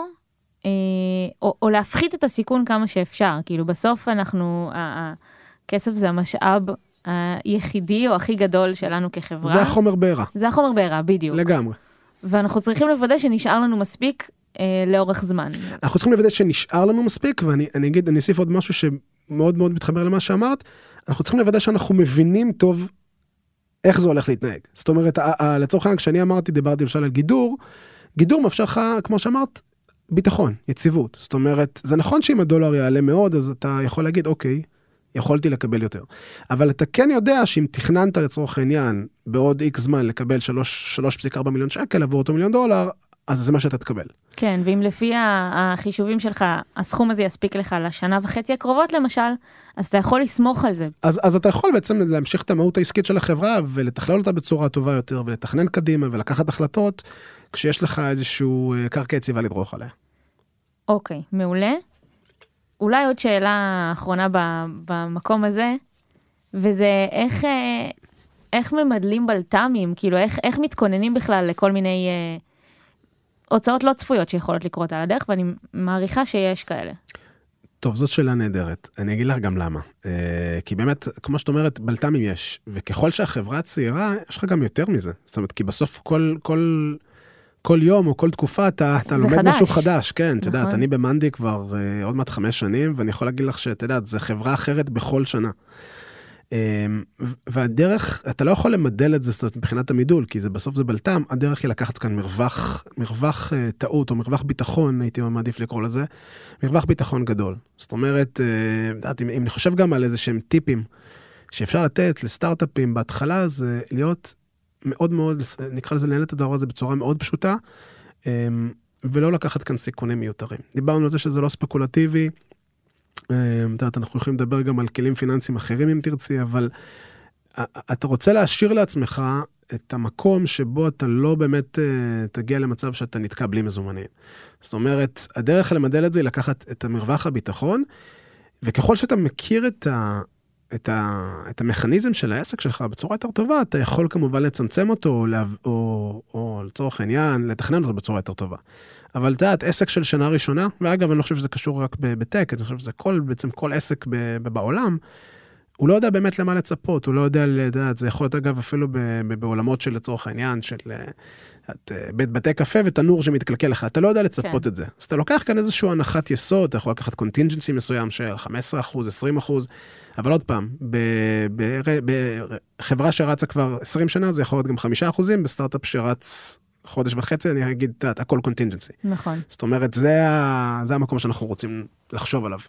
או, או להפחית את הסיכון כמה שאפשר. כאילו בסוף אנחנו, הכסף זה המשאב היחידי או הכי גדול שלנו כחברה. זה החומר בעירה. זה החומר בעירה, בדיוק. לגמרי. ואנחנו צריכים לוודא שנשאר לנו מספיק אה, לאורך זמן. אנחנו צריכים לוודא שנשאר לנו מספיק, ואני אני אגיד, אני אוסיף עוד משהו שמאוד מאוד מתחבר למה שאמרת, אנחנו צריכים לוודא שאנחנו מבינים טוב איך זה הולך להתנהג. זאת אומרת, לצורך העניין, כשאני אמרתי, דיברתי למשל על גידור, גידור מאפשר לך, כמו שאמרת, ביטחון, יציבות. זאת אומרת, זה נכון שאם הדולר יעלה מאוד, אז אתה יכול להגיד, אוקיי, יכולתי לקבל יותר. אבל אתה כן יודע שאם תכננת לצורך העניין בעוד איקס זמן לקבל שלוש נקודה ארבע מיליון שקל עבור אותו מיליון דולר, אז זה מה שאתה תקבל. כן, ואם לפי החישובים שלך, הסכום הזה יספיק לך לשנה וחצי הקרובות למשל, אז אתה יכול לסמוך על זה. אז, אז אתה יכול בעצם להמשיך את המהות העסקית של החברה, ולתכלל אותה בצורה טובה יותר, ולתכנן קדימה, ולקחת החלטות, כשיש לך איזשהו קרקע יציבה לדרוך עליה. אוקיי, מעולה. אולי עוד שאלה אחרונה במקום הזה, וזה איך, איך ממדלים בלת"מים, כאילו איך, איך מתכוננים בכלל לכל מיני אה, הוצאות לא צפויות שיכולות לקרות על הדרך, ואני מעריכה שיש כאלה. טוב, זאת שאלה נהדרת. אני אגיד לך גם למה. אה, כי באמת, כמו שאת אומרת, בלת"מים יש, וככל שהחברה צעירה, יש לך גם יותר מזה. זאת אומרת, כי בסוף כל... כל כל יום או כל תקופה אתה, אתה לומד חדש. משהו חדש, כן, אתה יודעת, אני במנדי כבר uh, עוד מעט חמש שנים, ואני יכול להגיד לך שאתה יודעת, זה חברה אחרת בכל שנה. Um, והדרך, אתה לא יכול למדל את זה, זאת אומרת, מבחינת המידול, כי זה בסוף זה בלתם, הדרך היא לקחת כאן מרווח, מרווח uh, טעות, או מרווח ביטחון, הייתי מעדיף לקרוא לזה, מרווח ביטחון גדול. זאת אומרת, uh, יודעת, אם, אם אני חושב גם על איזה שהם טיפים, שאפשר לתת לסטארט-אפים בהתחלה, זה להיות מאוד מאוד, נקרא לזה לנהל את הדבר הזה בצורה מאוד פשוטה, ולא לקחת כאן סיכונים מיותרים. דיברנו על זה שזה לא ספקולטיבי, אנחנו יכולים לדבר גם על כלים פיננסיים אחרים אם תרצי, אבל אתה רוצה להשאיר לעצמך את המקום שבו אתה לא באמת תגיע למצב שאתה נתקע בלי מזומנים. זאת אומרת, הדרך למדל את זה היא לקחת את המרווח הביטחון, וככל שאתה מכיר את ה... את, ה, את המכניזם של העסק שלך בצורה יותר טובה, אתה יכול כמובן לצמצם אותו, או, או, או לצורך העניין, לתכנן אותו בצורה יותר טובה. אבל אתה יודעת, עסק של שנה ראשונה, ואגב, אני לא חושב שזה קשור רק בטק, אני חושב שזה כל, בעצם כל עסק בעולם, הוא לא יודע באמת למה לצפות, הוא לא יודע, לדעת, זה יכול להיות אגב אפילו בעולמות של לצורך העניין, של את, בית בתי קפה ותנור שמתקלקל לך, אתה לא יודע לצפות כן. את זה. אז אתה לוקח כאן איזשהו הנחת יסוד, אתה יכול לקחת קונטינג'נסי מסוים של חמישה עשר אחוז, עשרים אחוז, אבל עוד פעם, בחברה שרצה כבר עשרים שנה, זה יכול להיות גם חמישה אחוזים, בסטארט-אפ שרץ חודש וחצי, אני אגיד, תעת, הכל קונטינג'נסי. נכון. זאת אומרת, זה, זה המקום שאנחנו רוצים לחשוב עליו.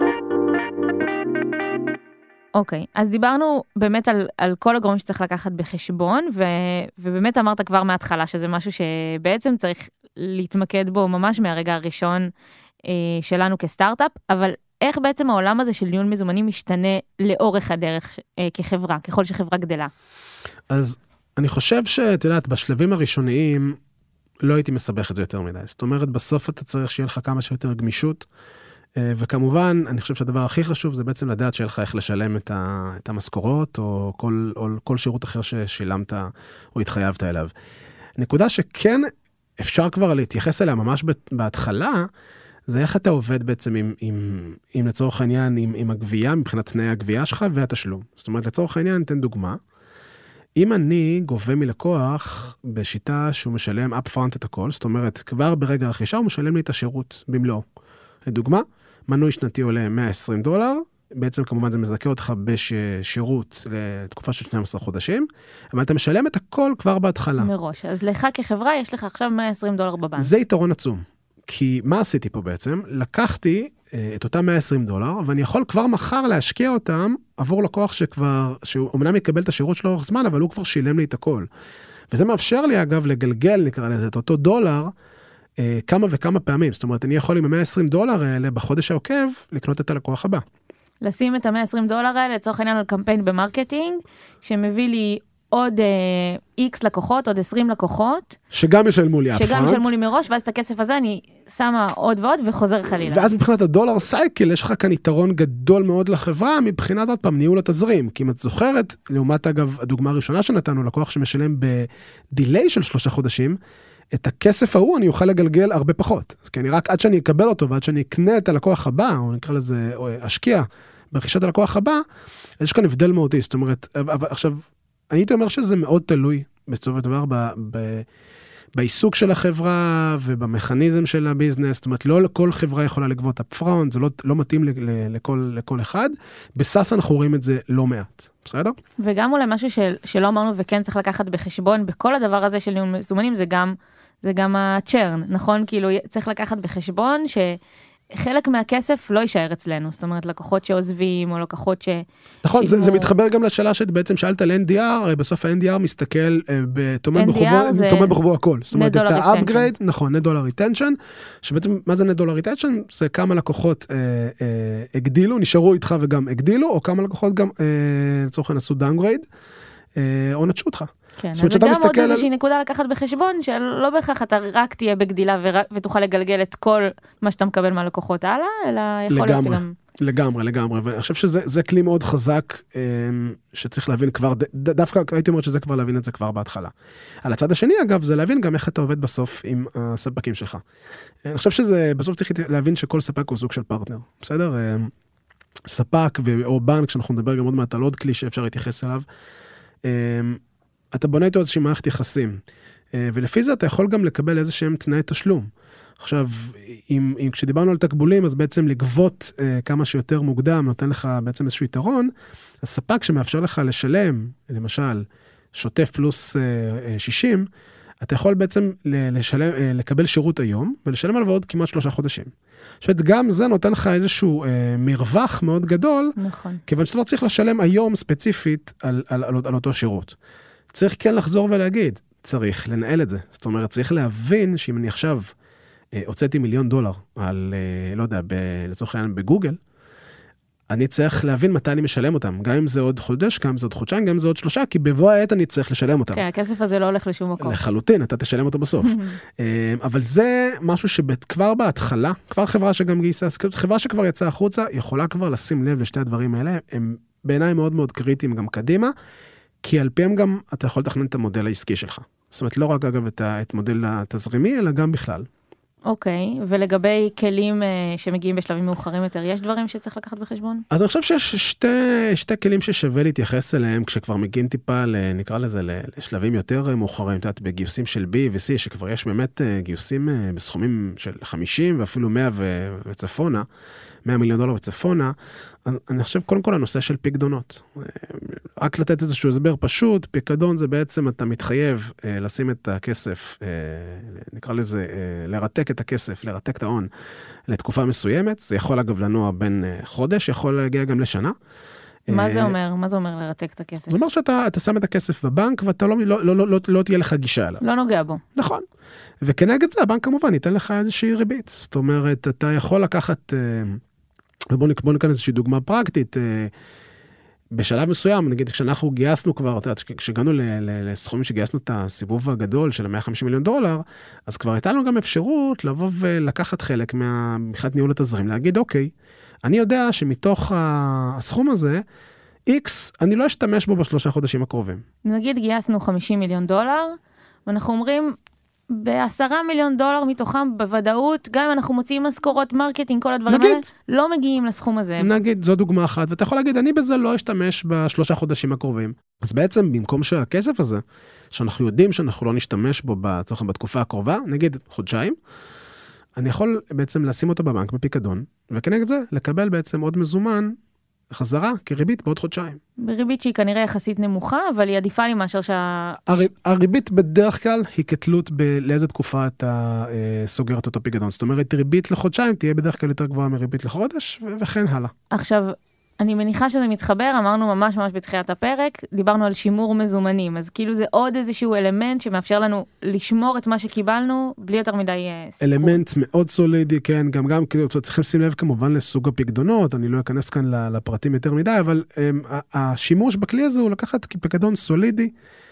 אוקיי, okay, אז דיברנו באמת על, על כל הגורמים שצריך לקחת בחשבון, ו, ובאמת אמרת כבר מההתחלה שזה משהו שבעצם צריך להתמקד בו ממש מהרגע הראשון אה, שלנו כסטארט-אפ, אבל איך בעצם העולם הזה של ניהול מזומנים משתנה לאורך הדרך אה, כחברה, ככל שחברה גדלה? אז אני חושב שאת יודעת, בשלבים הראשוניים לא הייתי מסבך את זה יותר מדי. זאת אומרת, בסוף אתה צריך שיהיה לך כמה שיותר גמישות, וכמובן, אני חושב שהדבר הכי חשוב זה בעצם לדעת שיהיה לך איך לשלם את, ה, את המשכורות, או כל, או כל שירות אחר ששילמת או התחייבת אליו. נקודה שכן אפשר כבר להתייחס אליה ממש בהתחלה, זה איך אתה עובד בעצם עם, עם, עם לצורך העניין, עם, עם הגבייה, מבחינת תנאי הגבייה שלך והתשלום. זאת אומרת, לצורך העניין, ניתן דוגמה. אם אני גובה מלקוח בשיטה שהוא משלם upfront את הכל, זאת אומרת, כבר ברגע הרכישה הוא משלם לי את השירות במלואו. לדוגמה, מנוי שנתי עולה מאה ועשרים דולר, בעצם כמובן זה מזכה אותך בשירות לתקופה של שנים עשר חודשים, אבל אתה משלם את הכל כבר בהתחלה. מראש, אז לך כחברה יש לך עכשיו מאה ועשרים דולר בבנק. זה יתרון עצום, כי מה עשיתי פה בעצם? לקחתי את אותם מאה ועשרים דולר, ואני יכול כבר מחר להשקיע אותם עבור לקוח שכבר, שהוא אמנם יקבל את השירות שלו אורך זמן, אבל הוא כבר שילם לי את הכל. וזה מאפשר לי אגב לגלגל, נקרא לזה, את אותו דולר, כמה וכמה פעמים. זאת אומרת, אני יכול עם ה-מאה ועשרים דולר האלה בחודש העוקב לקנות את הלקוח הבא. לשים את ה-מאה ועשרים דולר האלה לצורך העניין על קמפיין במרקטינג, שמביא לי עוד איקס לקוחות, עוד עשרים לקוחות. שגם ישלמו לי אפרנט. שגם ישלמו לי מראש, ואז את הכסף הזה אני שמה עוד ועוד וחוזר חלילה. ואז מבחינת הדולר סייקל, יש לך כאן יתרון גדול מאוד לחברה, מבחינת עוד פעם ניהול התזרים. כי אם את זוכרת, לעומת אגב, הדוגמה הראשונה שנתנו, לקוח שמשלם בדיליי של שלושה חודשים, את הכסף ההוא אני אוכל לגלגל הרבה פחות. כי אני רק עד שאני אקבל אותו, ועד שאני אקנה את הלקוח הבא, או נקרא לזה, או אשקיע ברכישת הלקוח הבא, יש כאן הבדל מהותי. זאת אומרת, עכשיו, אני הייתי אומר שזה מאוד תלוי, בסופו של דבר, ב, ב, בעיסוק של החברה, ובמכניזם של הביזנס. זאת אומרת, לא לכל חברה יכולה לגבות אפפרונט, זה לא, לא מתאים ל, ל, לכל, לכל אחד. בסאס אנחנו רואים את זה לא מעט. בסדר? וגם אולי משהו של, שלא אמרנו וכן צריך לקחת בחשבון, בכל הדבר הזה של ניהול מזומנים, זה גם, זה גם הצ'רן, נכון? כאילו צריך לקחת בחשבון שחלק מהכסף לא יישאר אצלנו, זאת אומרת לקוחות שעוזבים או לקוחות ש... נכון, זה, זה מתחבר גם לשאלה שבעצם שאלת על אן די אר, בסוף ה-אן די אר מסתכל, טומן בחובו, בחובו הכל. זאת אומרת, את ה-upgrade, נכון, net dollar retention, שבעצם מה זה net dollar retention? זה כמה לקוחות אה, אה, הגדילו, נשארו איתך וגם הגדילו, או כמה לקוחות גם, אה, לצורך העניין עשו downgrade, אה, או נטשו אותך. כן, אז זה גם עוד איזושהי נקודה לקחת בחשבון, שלא בהכרח אתה רק תהיה בגדילה ותוכל לגלגל את כל מה שאתה מקבל מהלקוחות הלאה, אלא יכול להיות גם... לגמרי, לגמרי, ואני חושב שזה כלי מאוד חזק, שצריך להבין כבר, דווקא הייתי אומרת שזה כבר להבין את זה כבר בהתחלה. על הצד השני, אגב, זה להבין גם איך אתה עובד בסוף עם הספקים שלך. אני חושב שזה, בסוף צריך להבין שכל ספק הוא סוג של פרטנר, בסדר? ספק או בנק, שאנחנו נדבר גם עוד מעט על עוד כלי שאפשר להתייחס אליו, אתה בונה איתו איזושהי מערכת יחסים, ולפי זה אתה יכול גם לקבל איזה שהם תנאי תשלום. עכשיו, אם, אם כשדיברנו על תקבולים, אז בעצם לגבות אה, כמה שיותר מוקדם, נותן לך בעצם איזשהו יתרון, הספק שמאפשר לך לשלם, למשל, שוטף פלוס אה, שישים, אתה יכול בעצם לשלם, אה, לקבל שירות היום, ולשלם עליו עוד כמעט שלושה חודשים. זאת אומרת, גם זה נותן לך איזשהו אה, מרווח מאוד גדול, נכון. כיוון שאתה לא צריך לשלם היום ספציפית על, על, על, על אותו שירות. צריך כן לחזור ולהגיד, צריך לנהל את זה. זאת אומרת, צריך להבין שאם אני עכשיו הוצאתי מיליון דולר על, לא יודע, ב, לצורך העניין בגוגל, אני צריך להבין מתי אני משלם אותם, גם אם זה עוד חודש, גם אם זה עוד חודשיים, גם אם זה עוד שלושה, כי בבוא העת אני צריך לשלם אותם. כן, הכסף הזה לא הולך לשום מקום. לחלוטין, אתה תשלם אותו בסוף. אבל זה משהו שכבר בהתחלה, כבר חברה שגם גייסה, חברה שכבר יצאה החוצה, יכולה כבר לשים לב לשתי הדברים האלה, הם בעיניי מאוד מאוד קריטיים גם קדימה, כי על פיהם גם אתה יכול לתכנן את המודל העסקי שלך. זאת אומרת, לא רק אגב את, את מודל התזרימי, אלא גם בכלל. אוקיי, ולגבי כלים שמגיעים בשלבים מאוחרים יותר, יש דברים שצריך לקחת בחשבון? אז אני חושב שיש שתי, שתי כלים ששווה להתייחס אליהם, כשכבר מגיעים טיפה, נקרא לזה, לשלבים יותר מאוחרים, תעת, בגיוסים של B ו-C, שכבר יש באמת גיוסים בסכומים של חמישים ואפילו מאה וצפונה, מאה מיליון דולר וצפונה, אני חושב קודם כל הנושא של פיקדונות. רק לתת איזשהו הסבר פשוט, פיקדון זה בעצם אתה מתחייב אה, לשים את הכסף, אה, נקרא לזה, אה, לרתק את הכסף, לרתק את ההון לתקופה מסוימת, זה יכול אגב לנוע בין אה, חודש, יכול להגיע גם לשנה. מה זה אומר? מה זה אומר לרתק את הכסף? זה אומר שאתה אתה שם את הכסף בבנק, ואתה לא, לא, לא, לא, לא, לא תהיה לך גישה אליו. לא נוגע בו. נכון. וכנגד זה, הבנק כמובן ייתן לך איזושהי ריבית. זאת אומרת, אתה יכול לקחת... אה, ובואו ניכנס איזושהי דוגמה פרקטית, בשלב מסוים, נגיד, כשאנחנו גייסנו כבר, כשהגענו לסכומים שגייסנו את הסיבוב הגדול של מאה וחמישים מיליון דולר, אז כבר הייתה לנו גם אפשרות לבוא ולקחת חלק מבחינת ניהול התזרים, להגיד, אוקיי, אני יודע שמתוך הסכום הזה, X, אני לא אשתמש בו בשלושה חודשים הקרובים. נגיד, גייסנו חמישים מיליון דולר, ואנחנו אומרים, בעשרה מיליון דולר מתוכם בוודאות, גם אם אנחנו מוציאים משכורות, מרקטינג, כל הדברים נגיד, האלה, לא מגיעים לסכום הזה. נגיד, זו דוגמה אחת, ואתה יכול להגיד, אני בזה לא אשתמש בשלושה חודשים הקרובים. אז בעצם, במקום שהכסף הזה, שאנחנו יודעים שאנחנו לא נשתמש בו בצורך, בתקופה הקרובה, נגיד חודשיים, אני יכול בעצם לשים אותו בבנק בפיקדון, וכנגד זה, לקבל בעצם עוד מזומן, חזרה כריבית בעוד חודשיים. בריבית שהיא כנראה יחסית נמוכה, אבל היא עדיפה לי מאשר שה... הריבית בדרך כלל היא כתלות לאיזה תקופה אתה סוגרת אותו פיקדון. זאת אומרת, ריבית לחודשיים תהיה בדרך כלל יותר גבוהה מריבית לחודש, וכן הלאה. עכשיו, אני מניחה שזה מתחבר, אמרנו ממש ממש בתחילת הפרק, דיברנו על שימור מזומנים, אז כאילו זה עוד איזשהו אלמנט שמאפשר לנו לשמור את מה שקיבלנו, בלי יותר מדי סיכון. אלמנט מאוד סולידי, כן, גם גם, כאילו, צריכים לשים לב כמובן לסוג הפקדונות, אני לא אכנס כאן לפרטים יותר מדי, אבל um, השימוש בכלי הזה הוא לקחת פקדון סולידי,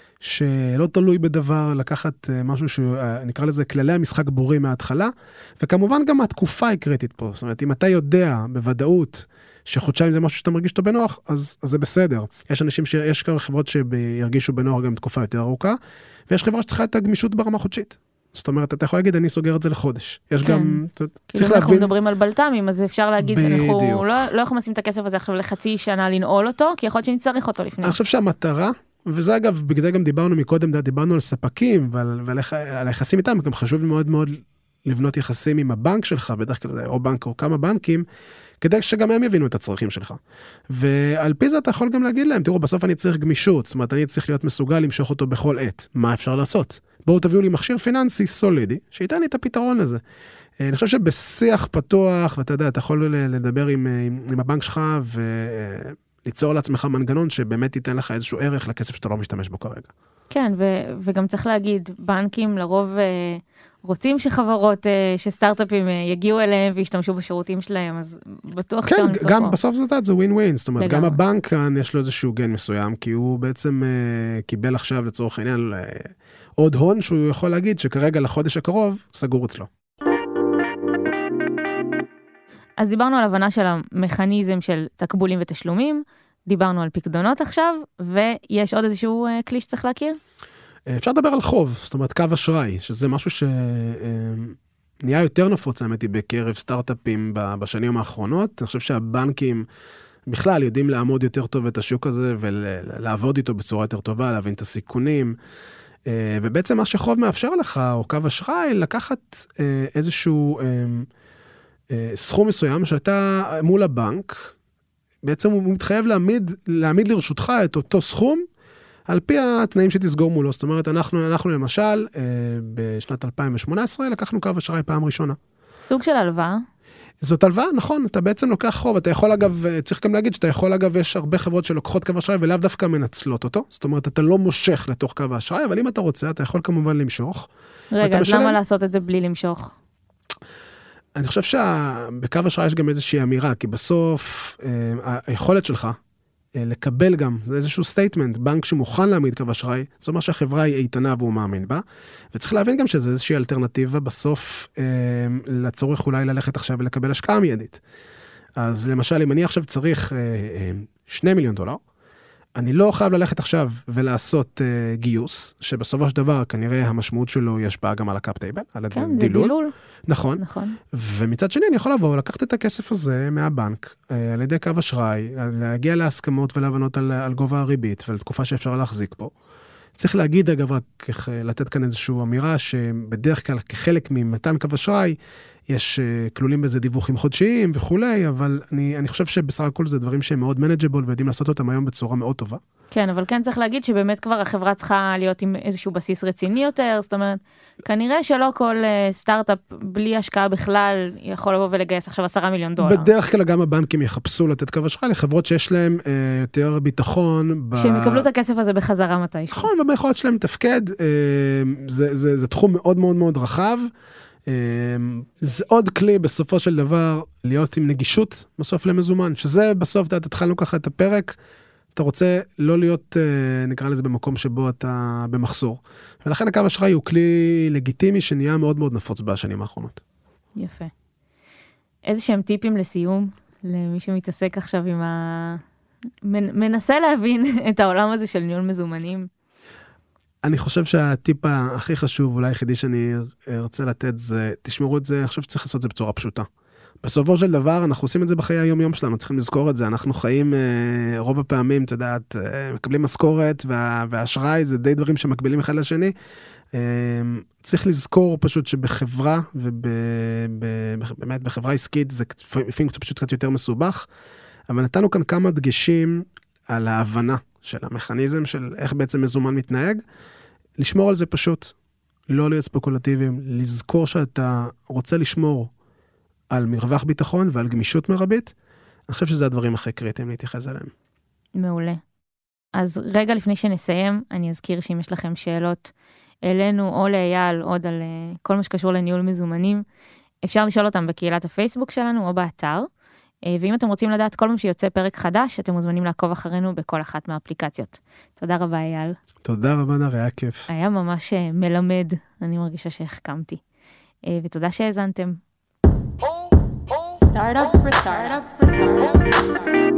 שלא תלוי בדבר, לקחת משהו שנקרא לזה כללי המשחק ברורים מההתחלה, וכמובן גם התקופה היא קריטית פה, זאת אומרת, אם אתה יודע בוודאות, שחודשיים זה משהו שאתה מרגיש אותו בנוח, אז, אז זה בסדר. יש אנשים ש... יש כמה חברות שירגישו בנוח גם תקופה יותר ארוכה, ויש חברה שצריכה את הגמישות ברמה חודשית. זאת אומרת, אתה יכול להגיד, אני סוגר את זה לחודש. יש כן. גם, צריך להבין... כאילו אנחנו מדברים על בלת"מים, אז אפשר להגיד, בדיוק. אנחנו לא, לא יכולים לשים את הכסף הזה עכשיו לחצי שנה לנעול אותו, כי יכול להיות שנצטרך אותו לפני. אני חושב שהמטרה, וזה אגב, בגלל זה גם דיברנו מקודם, דיברנו על ספקים, ועל, ועל על היחסים איתם, גם חשוב מאוד מאוד לבנות יחסים עם הבנק שלך, בדרך כלל, או בנק או כמה בנקים, כדי שגם הם יבינו את הצרכים שלך. ועל פי זה אתה יכול גם להגיד להם, תראו, בסוף אני צריך גמישות, זאת אומרת, אני צריך להיות מסוגל למשוך אותו בכל עת. מה אפשר לעשות? בואו תביאו לי מכשיר פיננסי סולידי, שייתן לי את הפתרון הזה. אני חושב שבשיח פתוח, ואתה יודע, אתה יכול לדבר עם, עם, עם הבנק שלך, וליצור לעצמך מנגנון, שבאמת ייתן לך איזשהו ערך לכסף שאתה לא משתמש בו כרגע. כן, ו- וגם צריך להגיד, בנקים לרוב... רוצים שחברות, שסטארט-אפים יגיעו אליהם וישתמשו בשירותים שלהם, אז בטוח כן, גם בסוף זה זה ווין ווין, זאת אומרת, גם הבנק כאן יש לו איזשהו גן מסוים, כי הוא בעצם קיבל עכשיו לצורך העניין עוד הון שהוא יכול להגיד שכרגע לחודש הקרוב סגור אצלו. אז דיברנו על הבנה של המכניזם של תקבולים ותשלומים, דיברנו על פקדונות עכשיו, ויש עוד איזשהו כלי שצריך להכיר? אפשר לדבר על חוב, זאת אומרת קו אשראי, שזה משהו שנהיה יותר נפוץ, האמת היא, בקרב סטארט-אפים בשנים האחרונות. אני חושב שהבנקים בכלל יודעים לעמוד יותר טוב את השוק הזה, ולעבוד איתו בצורה יותר טובה, להבין את הסיכונים, ובעצם מה שחוב מאפשר לך, או קו אשראי, לקחת איזשהו סכום מסוים, שאתה מול הבנק, בעצם הוא מתחייב להעמיד, להעמיד לרשותך את אותו סכום, על פי התנאים שתסגור מולו. זאת אומרת, אנחנו, אנחנו למשל, בשנת אלפיים ושמונה עשרה, לקחנו קו אשראי פעם ראשונה. סוג של הלוואה? זאת הלוואה, נכון, אתה בעצם לוקח חוב, אתה יכול אגב, צריך גם להגיד שאתה יכול אגב, יש הרבה חברות שלוקחות קו אשראי ולאו דווקא מנצלות אותו, זאת אומרת, אתה לא מושך לתוך קו האשראי, אבל אם אתה רוצה, אתה יכול כמובן למשוך. רגע, אז משלם... למה לעשות את זה בלי למשוך? אני חושב שבקו אשראי יש גם איזושהי אמירה, כי בסוף, היכולת שלך, לקבל גם, זה איזשהו סטייטמנט, בנק שמוכן להעמיד קו אשראי, זאת אומרת שהחברה היא איתנה והוא מאמין בה, וצריך להבין גם שזה איזושהי אלטרנטיבה בסוף, אה, לצורך אולי ללכת עכשיו ולקבל השקעה מיידית. אז למשל, אם אני עכשיו צריך אה, אה, שני מיליון דולר, אני לא חייב ללכת עכשיו ולעשות uh, גיוס, שבסופו של דבר כנראה המשמעות שלו יש בה גם על הקאפ טייבל, על כן, הדילול. זה דילול. נכון. נכון. ומצד שני אני יכול לבוא ולקחת את הכסף הזה מהבנק, uh, על ידי קו אשראי, להגיע להסכמות ולהבנות על, על גובה הריבית, ולתקופה שאפשר להחזיק פה. צריך להגיד אגב, רק לתת כאן איזושהי אמירה, שבדרך כלל כחלק ממתן קו אשראי, יש uh, כלולים בזה דיווחים חודשיים וכולי, אבל אני, אני חושב שבסך הכל זה דברים שהם מאוד מנג'יבול, ויודעים לעשות אותם היום בצורה מאוד טובה. כן, אבל כן צריך להגיד שבאמת כבר החברה צריכה להיות עם איזשהו בסיס רציני יותר, זאת אומרת, כנראה שלא כל uh, סטארט-אפ בלי השקעה בכלל יכול לבוא ולגייס עכשיו עשרה מיליון דולר. בדרך כלל גם הבנקים יחפשו לתת קו אשראי לחברות שיש להם uh, יותר ביטחון. ב... שהם יקבלו את הכסף הזה בחזרה מתישהו. נכון, וביכולת שלהם תפקד, uh, זה, זה, זה תחום מאוד מאוד מאוד רחב, זה עוד כלי בסופו של דבר להיות עם נגישות בסוף למזומן, שזה בסוף, אתה התחלנו ככה את הפרק, אתה רוצה לא להיות, נקרא לזה, במקום שבו אתה במחסור. ולכן הקו אשראי הוא כלי לגיטימי שנהיה מאוד מאוד נפוץ בשנים האחרונות. יפה. איזה שהם טיפים לסיום, למי שמתעסק עכשיו עם ה... מנסה להבין את העולם הזה של ניהול מזומנים? אני חושב שהטיפ הכי חשוב, אולי היחידי שאני ארצה לתת, זה, תשמרו את זה, אני חושב שצריך לעשות את זה בצורה פשוטה. בסופו של דבר, אנחנו עושים את זה בחיי היום-יום שלנו, צריכים לזכור את זה, אנחנו חיים רוב הפעמים, אתה יודעת, מקבלים משכורת, וה, והאשראי זה די דברים שמקבילים אחד לשני. צריך לזכור פשוט שבחברה, ובאמת בחברה עסקית, זה לפעמים פשוט קצת יותר מסובך, אבל נתנו כאן כמה דגשים על ההבנה של המכניזם, של איך בעצם מזומן מתנהג, לשמור על זה פשוט, לא להיות ספקולטיביים, לזכור שאתה רוצה לשמור על מרווח ביטחון ועל גמישות מרבית, אני חושב שזה הדברים הכי קריטיים להתייחס אליהם. מעולה. אז רגע לפני שנסיים, אני אזכיר שאם יש לכם שאלות אלינו או לאייל, עוד על uh, כל מה שקשור לניהול מזומנים, אפשר לשאול אותם בקהילת הפייסבוק שלנו או באתר, uh, ואם אתם רוצים לדעת כל פעם שיוצא פרק חדש, אתם מוזמנים לעקוב אחרינו בכל אחת מהאפליקציות. תודה רבה אייל. תודה רבה נראה, היה כיף. היה ממש uh, מלמד, אני מרגישה שהחכמתי. Uh, ותודה שהאזנתם. Startup for startup for startup.